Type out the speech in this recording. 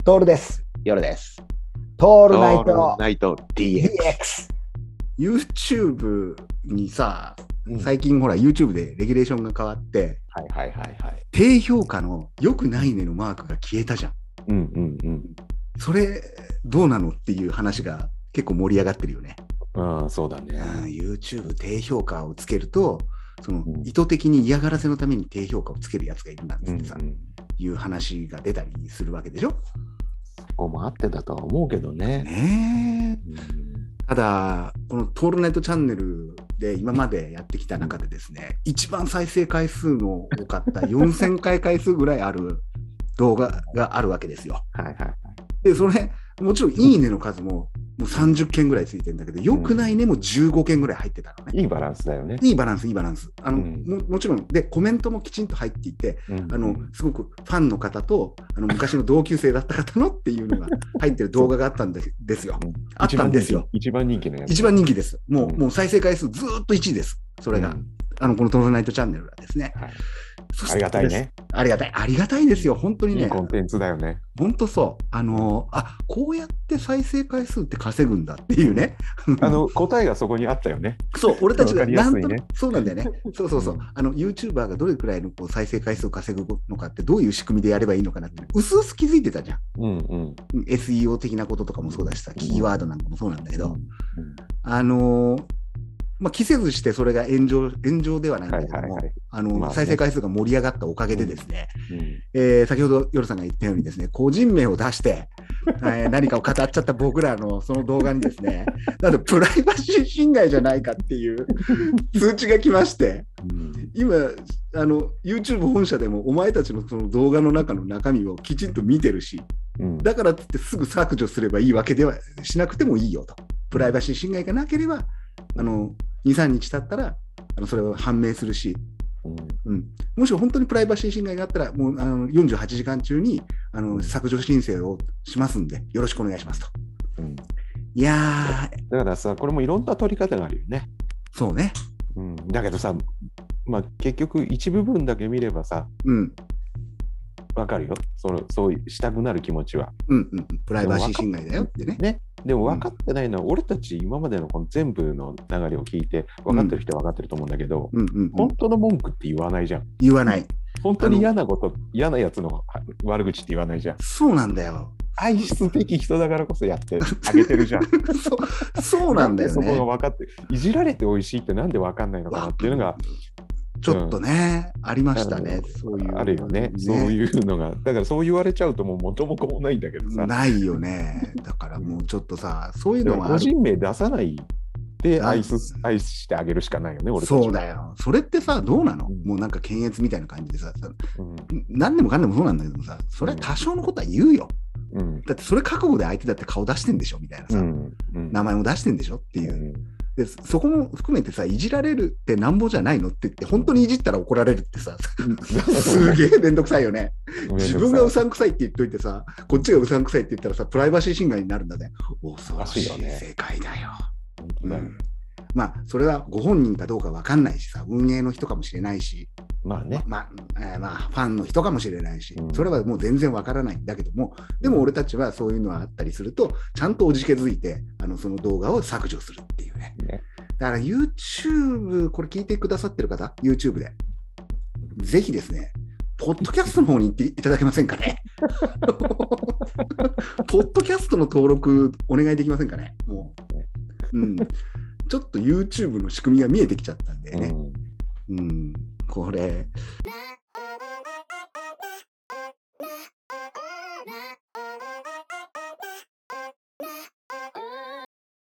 トールです。 夜です。 トールナイオールトナイト DX。 DX。YouTube にさ、 うん。 最近ほら YouTube でレギュレーションが変わって、 はいはいはいはい。 低評価の良くないねのマークが消えたじゃん。 うんうんうんそれ、どうなのっていう話が結構盛り上がってるよね。 うん。そうだね。 YouTube 低評価をつけると、そのうん意図的に嫌がらせのために低評価をつけるやつがいるなんうんうつってさ、 ん。 いう話が出たりするわけでしょ。 そこもあってだとは思うけどね。 ねえ。 うん。 ただ、このトールナイトチャンネルで今までやってきた中でですね、一番再生回数の多かった4000回回数ぐらいある動画があるわけですよ。 はいはいはい。 で、それ、もちろんいいねの数ももう30件ぐらいついてるんだけど、良くないねも15件ぐらい入ってたのね。 いいバランスだよね。 いいバランス、いいバランス。 うんもちろん、で、コメントもきちんと入っていて、 うんすごくファンの方と、昔の同級生だった方のっていうのが入ってる動画があったんですよ。 うん。 あったんですよ。 一番人気のやつ。 一番人気です。もう、 うんもう再生回数ずーっと1位です。それが。 うんこのトールナイトチャンネルがですね。 はい。 そしてありがたいね。 ありがたい。ありがたいですよ。本当にいいね。 コンテンツだよね。 本当そう。こうやって再生回数って稼ぐんだっていうね。 答えがそこにあったよね。 そう、俺たちがわかりやすいね。 そうなんだよね。そうそうそう。 うん YouTuber がどれくらいのこう再生回数を稼ぐのかって、どういう仕組みでやればいいのかなって、うすうす気づいてたじゃん。 うんうん SEO 的なこととかもそうだしさ、キーワードなんかもそうなんだけど、 うんあのー期せずしてそれが炎上ではないんだけども、 はいはいはいまあね再生回数が盛り上がったおかげでですね、 うん先ほど夜さんが言ったようにですね、個人名を出して、何かを語っちゃった僕らのその動画にですね、なんとプライバシー侵害じゃないかっていう通知が来まして、今、YouTube 本社でもお前たちのその動画の中の中身をきちんと見てるし、 うんだからってすぐ削除すればいいわけではしなくてもいいよと。プライバシー侵害がなければ、2、3日経ったら、それは判明するし、もし本当にプライバシー侵害があったら、もう48時間中に削除申請をしますんで、よろしくお願いしますと。 うんいやー、 だからさ、これもいろんな取り方があるよね。 そうね。 だけどさ、結局一部分だけ見ればさ、わかるよ。そうしたくなる気持ちは。 プライバシー侵害だよってね。 でも分かってないのは、俺たち今までのこの全部の流れを聞いて、分かってる人は分かってると思うんだけど、本当の文句って言わないじゃん。 言わない。 本当に嫌なやつの悪口って言わないじゃん。 そうなんだよ。 愛質的人だからこそやってあげてるじゃん。 そうなんだよね。 そこが分かって、いじられて美味しいってなんで分かんないのかなっていうのが、 ちょっとね、ありましたね。そういう。 あるよね。そういうのが。だからそう言われちゃうともう元も子もないんだけどさ。 ないよね。だからもうちょっとさ、そういうのは。 個人名出さないで愛してあげるしかないよね、俺たちは。 そうだよ。それってさ、どうなの？もうなんか検閲みたいな感じでさ、何でもかんでもそうなんだけどもさ、それは多少のことは言うよ。だってそれ覚悟で相手だって顔出してんでしょみたいなさ、名前も出してんでしょっていう。でそこも含めてさ、いじられるってなんぼじゃないのって言って、本当にいじったら怒られるってさ、すげえめんどくさいよね。自分がうさんくさいって言っといてさ、こっちがうさんくさいって言ったらさ、プライバシー侵害になるんだね。恐ろしい世界だよ。それはご本人かどうか分かんないしさ、運営の人かもしれないし、ファンの人かもしれないし、それはもう全然分からないんだけども、でも俺たちはそういうのがあったりすると、ちゃんとおじけづいて、その動画を削除するっていうね。だから YouTube、これ聞いてくださってる方、YouTube で、ぜひですね、ポッドキャストの方に行っていただけませんかね。ポッドキャストの登録お願いできませんかね。もう、ちょっと YouTube の仕組みが見えてきちゃったんでね。これ。